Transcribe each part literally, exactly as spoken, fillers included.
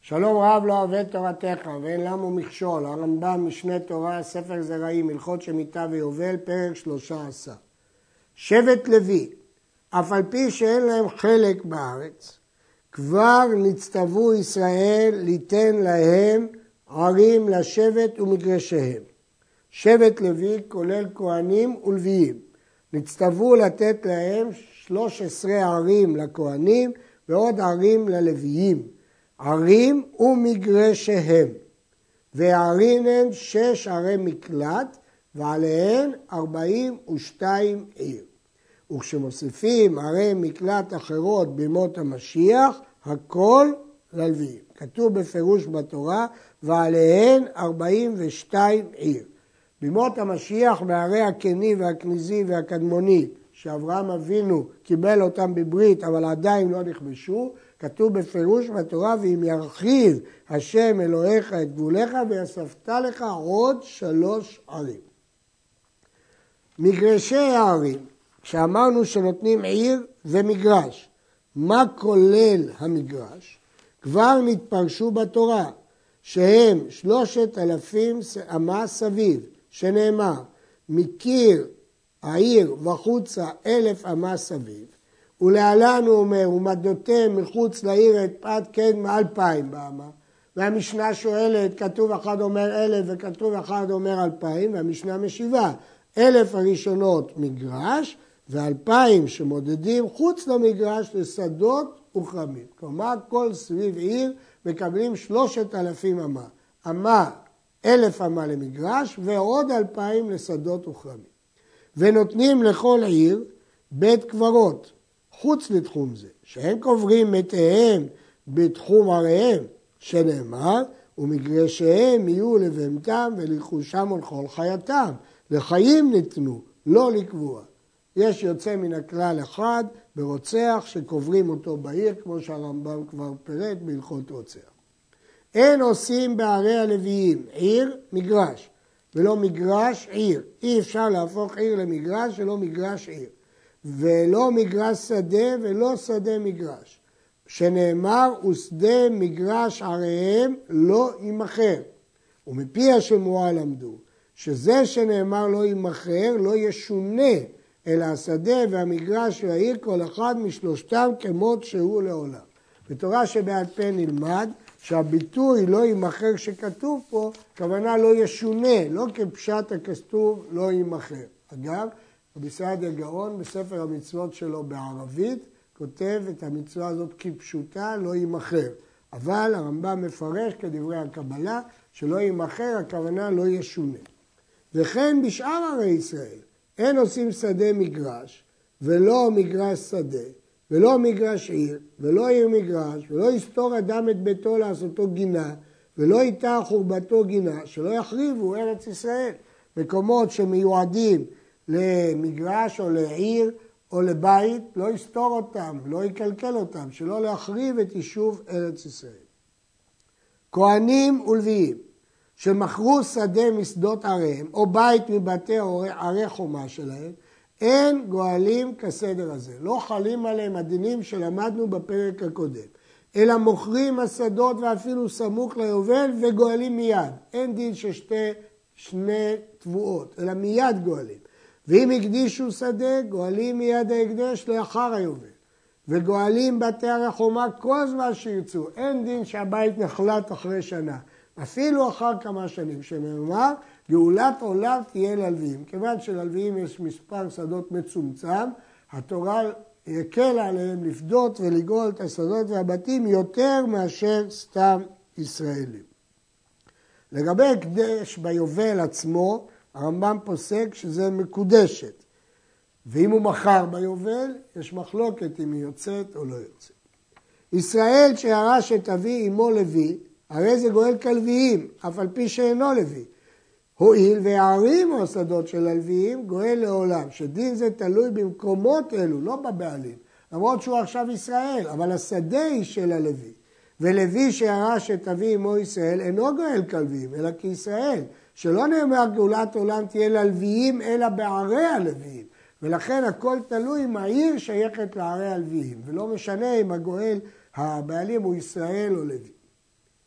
שלום רב לא אוהב תורתך ואין למו מכשול, הרמב"ם משנה תורה, ספר זרעים, הלכות שמיטה ויובל, פרק שלושה עשר. שבט לוי, אף על פי שאין להם חלק בארץ, כבר נצטוו ישראל ליתן להם ערים לשבט ומגרשיהם. שבט לוי כולל כהנים ולוויים. נצטוו לתת להם שלוש עשרה ערים לכהנים ועוד ערים ללוויים. ערים ומגרשיהם, והערים הן שש ערי מקלט, ועליהן ארבעים ושתיים עיר. וכשמוסיפים ערי מקלט אחרות בימות המשיח, הכל ללוויים. כתוב בפירוש בתורה, ועליהן ארבעים ושתיים עיר. בימות המשיח בערי הקני והכניזי והקדמוני, שאברהם אבינו קיבל אותם בברית, אבל עדיין לא נכבשו, כתוב בפירוש בתורה, ואם ירחיב השם אלוהיך את גבוליך, ויספת לך עוד שלוש ערים. מגרשי הערים, כשאמרנו שנותנים עיר ומגרש, מה כולל המגרש? כבר נתפרשו בתורה, שהם שלושת אלפים אמה סביב, שנאמר, מקיר העיר וחוצה אלף אמה סביב, ולהלן הוא אומר, ומדותם מחוץ לעיר את פת קדמה אלפיים באמה. והמשנה שואלת, כתוב אחד אומר אלף וכתוב אחד אומר אלפיים, והמשנה משיבה, אלף הראשונות מגרש, ואלפיים שמודדים חוץ למגרש לשדות וכרמים. כלומר, כל סביב עיר מקבלים שלושת אלפים אמה. אמה, אלף אמה למגרש, ועוד אלפיים לשדות וכרמים. ונותנים לכל עיר בית קברות. חוץ לתחום זה, שהם קוברים מתיהם בתחום עריהם, שנאמר, ומגרשיהם יהיו לבהמתם ולרכושם ולכל חייתם. לחיים ניתנו, לא לקבוע. יש יוצא מן הכלל אחד ברוצח שקוברים אותו בעיר, כמו שהרמב"ם כבר פירט בהלכות רוצח. אין עושים בערי הלוויים עיר מגרש, ולא מגרש עיר. אי אפשר להפוך עיר למגרש ולא מגרש עיר. ולא מגרש שדה ולא שדה מגרש. שנאמר, ושדה מגרש עריהם לא יימכר. ומפי השמועה למדו, שזה שנאמר לא יימכר, לא ישונה, אלא השדה והמגרש והעיר כל אחד משלושתם כמות שהוא לעולם. בתורה שבעל פה נלמד, שהביטוי לא יימכר שכתוב פה, כוונה לא ישונה, לא כפשט הכתוב לא יימכר. אגב, רבי סעדיה גאון בספר המצוות שלו בערבית כותב את המצווה הזאת כפשוטה לא יימכר. אבל הרמב"ם מפרש כדברי הקבלה שלא יימכר, הכוונה לא ישונה. וכן בשאר ערי ישראל אין עושים שדה מגרש ולא מגרש שדה ולא מגרש עיר ולא עיר מגרש ולא יסתור אדם את ביתו לעשותו גינה ולא ייטע חורבתו גינה, שלא יחריבו ארץ ישראל. מקומות שמיועדים למגרש או לעיר או לבית, לא יסתור אותם, לא יקלקל אותם, שלא להחריב את יישוב ארץ ישראל. כהנים ולוויים שמכרו שדה משדות עריהם או בית מבתי ערי חומה שלהם, אין גואלים כסדר הזה. לא חלים עליהם הדינים שלמדנו בפרק הקודם, אלא מוכרים השדות ואפילו סמוך ליובל וגואלים מיד. אין דין ששתי שני תבואות, אלא מיד גואלים. ואם הקדישו שדה, גואלים מיד ההקדש לאחר היובל. וגואלים בתי ערי חומה כל זמן שירצו. אין דין שהבית נחלט אחרי שנה, אפילו אחר כמה שנים. שנאמר, גאולת עולם תהיה ללוויים. כיוון שללוויים יש מספר שדות מצומצם, התורה יקל עליהם לפדות ולגאול את השדות והבתים יותר מאשר סתם ישראלים. לגבי הקדש ביובל עצמו, הרמב"ם פוסק שזה מקודשת, ואם הוא מכר ביובל, יש מחלוקת אם היא יוצאת או לא יוצאת. ישראל שירש את אבי אמו לוי, הרי זה גואל כלביים, אף על פי שאינו לוי. הואיל והערים או השדות של הלוויים, גואל לעולם, שדין זה תלוי במקומות אלו, לא בבעלים. למרות שהוא עכשיו ישראל, אבל השדה היא של הלוי. ולוי שירש את אבי אמו ישראל, אינו גואל כלביים, אלא כישראל. שלא נאמר גאולת עולם תהיה ללוויים, אלא בערי הלוויים. ולכן הכל תלוי אם העיר שייכת לערי הלוויים, ולא משנה אם הגואל, הבעלים הוא ישראל או לוי.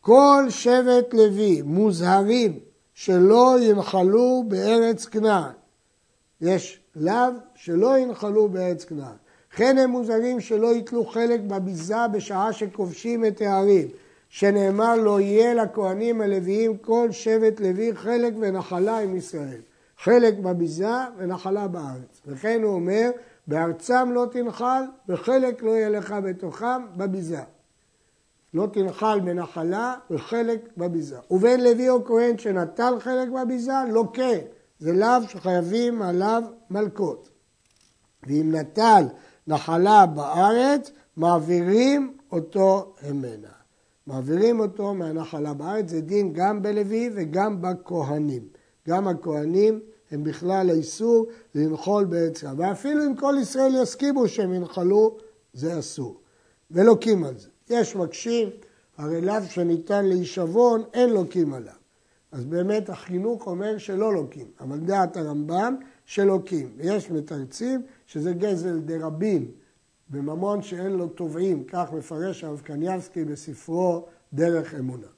כל שבט לוי מוזהרים שלא ינחלו בארץ כנען. יש לאו שלא ינחלו בארץ כנען. כן הם מוזהרים שלא יתלו חלק בביזה בשעה שכובשים את הערים, שנאמר לא יהיה לכהנים הלוויים כל שבט לוי חלק ונחלה עם ישראל. חלק בביזה ונחלה בארץ. וכן הוא אומר, בארצם לא תנחל וחלק לא יהיה לך בתוכם בביזה. לא תנחל בנחלה וחלק בביזה. ובין לוי או כהן שנטל חלק בביזה, לא כן. זה לאו שחייבים עליו מלכות. ואם נטל נחלה בארץ, מעבירים אותו המנה. מעבירים אותו מהנחלה בארץ, זה דין גם בלוי וגם בכהנים. גם הכהנים הם בכלל האיסור לנחול בארצם. ואפילו אם כל ישראל יסכימו שהם ינחלו, זה אסור. ולוקים על זה. יש מקשים, הרי לאו שניתן להישבון, אין לוקים עליו. אז באמת החינוך אומר שלא לוקים, אבל דעת הרמב"ם שלוקים. ויש מתרצים שזה גזל דרבים, בממון שאין לו תובעים, כך מפרש הרב קניאבסקי בספרו דרך אמונה.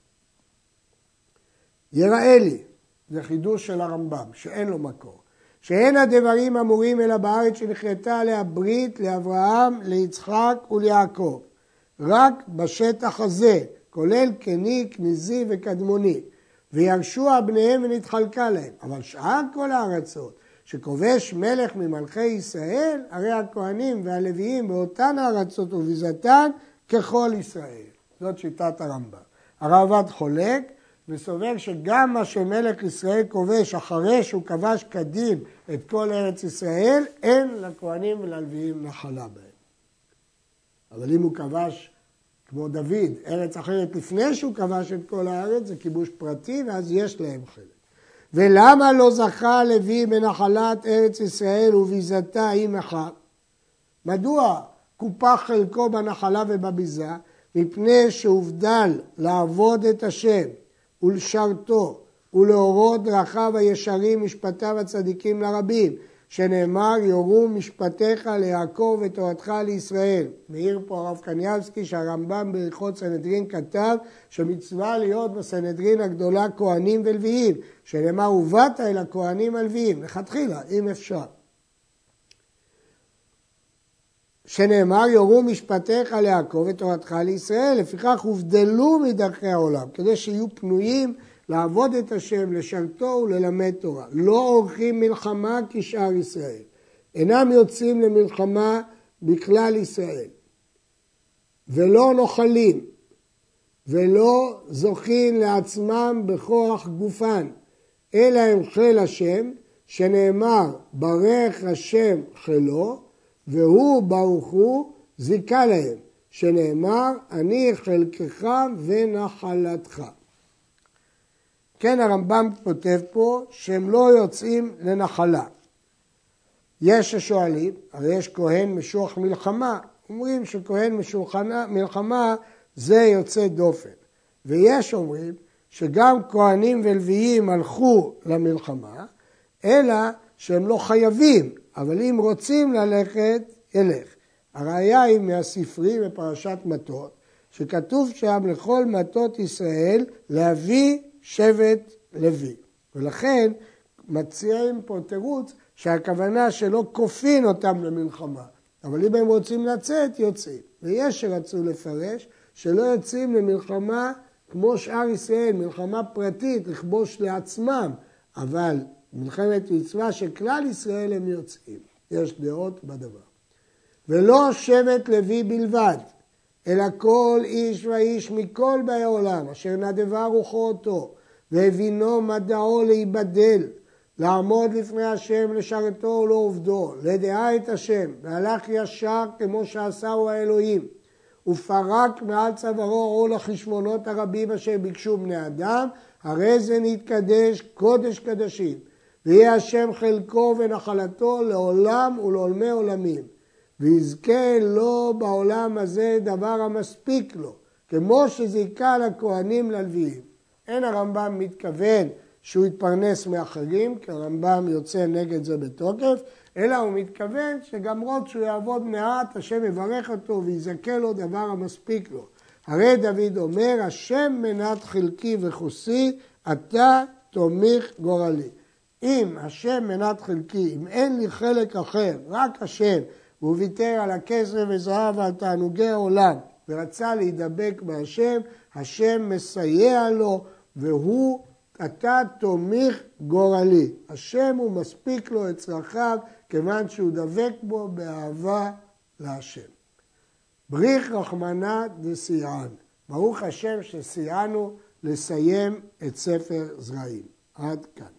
יראה לי, זה חידוש של הרמב"ם, שאין לו מקור, שאין הדברים אמורים אלא בארץ שנחרטה עליה ברית לאברהם, ליצחק וליעקב. רק בשטח הזה, כולל קני, כניזי וקדמוני, וירשוע בניהם ונתחלקה להם. אבל שאר כל הארצות, שכובש מלך ממלכי ישראל, הרי הכהנים והלוויים באותן הארצות וביזתן ככל ישראל. זאת שיטת הרמב"ם. הרעב"ד חולק וסובר שגם מה שמלך ישראל כובש אחרי שהוא כבש כדין את כל ארץ ישראל, אין לכהנים וללוויים נחלה בהם. אבל אם הוא כבש כמו דוד, ארץ אחרת לפני שהוא כבש את כל הארץ, זה כיבוש פרטי ואז יש להם חלק. ולמה לא זכה לוי בנחלת ארץ ישראל וביזתה עם אחד? מדוע קופח חלקו בנחלה ובביזה? מפני שהובדל לעבוד את השם ולשרתו ולהורות דרכיו הישרים משפטיו הצדיקים לרבים, שנאמר יורו משפטיך ליעקב ותורתך לישראל. מעיר פה הרב קניאבסקי שהרמב"ם בהלכות סנהדרין כתב שמצווה להיות בסנהדרין הגדולה כהנים ולוויים, שנאמר ובאת אל הכהנים הלוויים, לכתחילה אם אפשר. שנאמר יורו משפטיך ליעקב ותורתך לישראל, לפיכך הובדלו מדרכי העולם, כדי שיהיו פנויים לעבוד את השם, לשרתו וללמד תורה. לא עורכים מלחמה כשאר ישראל. אינם יוצאים למלחמה בכלל ישראל. ולא נוחלים. ולא זוכים לעצמם בכוח גופן. אלא הם חיל השם, שנאמר ברך השם חילו, והוא ברוך הוא זיכה להם. שנאמר אני חלקך ונחלתך. כן, הרמב"ם כותב פה שהם לא יוצאים לנחלה. יש ששואלים, הרי יש כהן משוח מלחמה, אומרים שכהן משוח מלחמה זה יוצא דופן. ויש אומרים שגם כהנים ולוויים הלכו למלחמה, אלא שהם לא חייבים, אבל אם רוצים ללכת, ילך. הראיה היא מהספרי בפרשת מטות, שכתוב שם לכל מטות ישראל להביא שבט לוי. ולכן מציעים פה תירוץ שהכוונה שלא כופין אותם למלחמה. אבל אם הם רוצים לצאת, יוצאים. ויש שרצו לפרש שלא יוצאים למלחמה כמו שאר ישראל, מלחמה פרטית, לכבוש לעצמם. אבל מלחמת מצווה של כלל ישראל הם יוצאים. יש דעות בדבר. ולא שבט לוי בלבד, אלא כל איש ואיש מכל באי העולם, אשר נדבה רוחו אותו, והבינו מדעו להיבדל, לעמוד לפני השם, לשרתו ולעובדו, לדעה את השם, והלך ישר כמו שעשהו האלוהים, ופרק מעל צווארו עול החשבונות הרבים אשר ביקשו בני אדם, הרי זה נתקדש קודש קדשים, ויהיה השם חלקו ונחלתו לעולם ולעולמי עולמים. ויזכה לו בעולם הזה דבר המספיק לו, כמו שזיכה לכהנים ללוויים. אין הרמב"ם מתכוון שהוא יתפרנס מאחרים, כי הרמב"ם יוצא נגד זה בתוקף, אלא הוא מתכוון שגם עוד שהוא יעבוד מעט, השם יברך אותו ויזכה לו דבר המספיק לו. הרי דוד אומר, השם מנת חלקי וחוסי, אתה תומיך גורלי. אם השם מנת חלקי, אם אין לי חלק אחר, רק השם, והוא ויתר על הכסף וזהב ועל תענוגי העולם, ורצה להידבק בהשם, השם מסייע לו, והוא, אתה תומיך גורלי. השם הוא מספיק לו את צרכיו, כיוון שהוא דבק בו באהבה להשם. בריך רחמנא דסייען. ברוך השם שסייענו לסיים את ספר זרעים. עד כאן.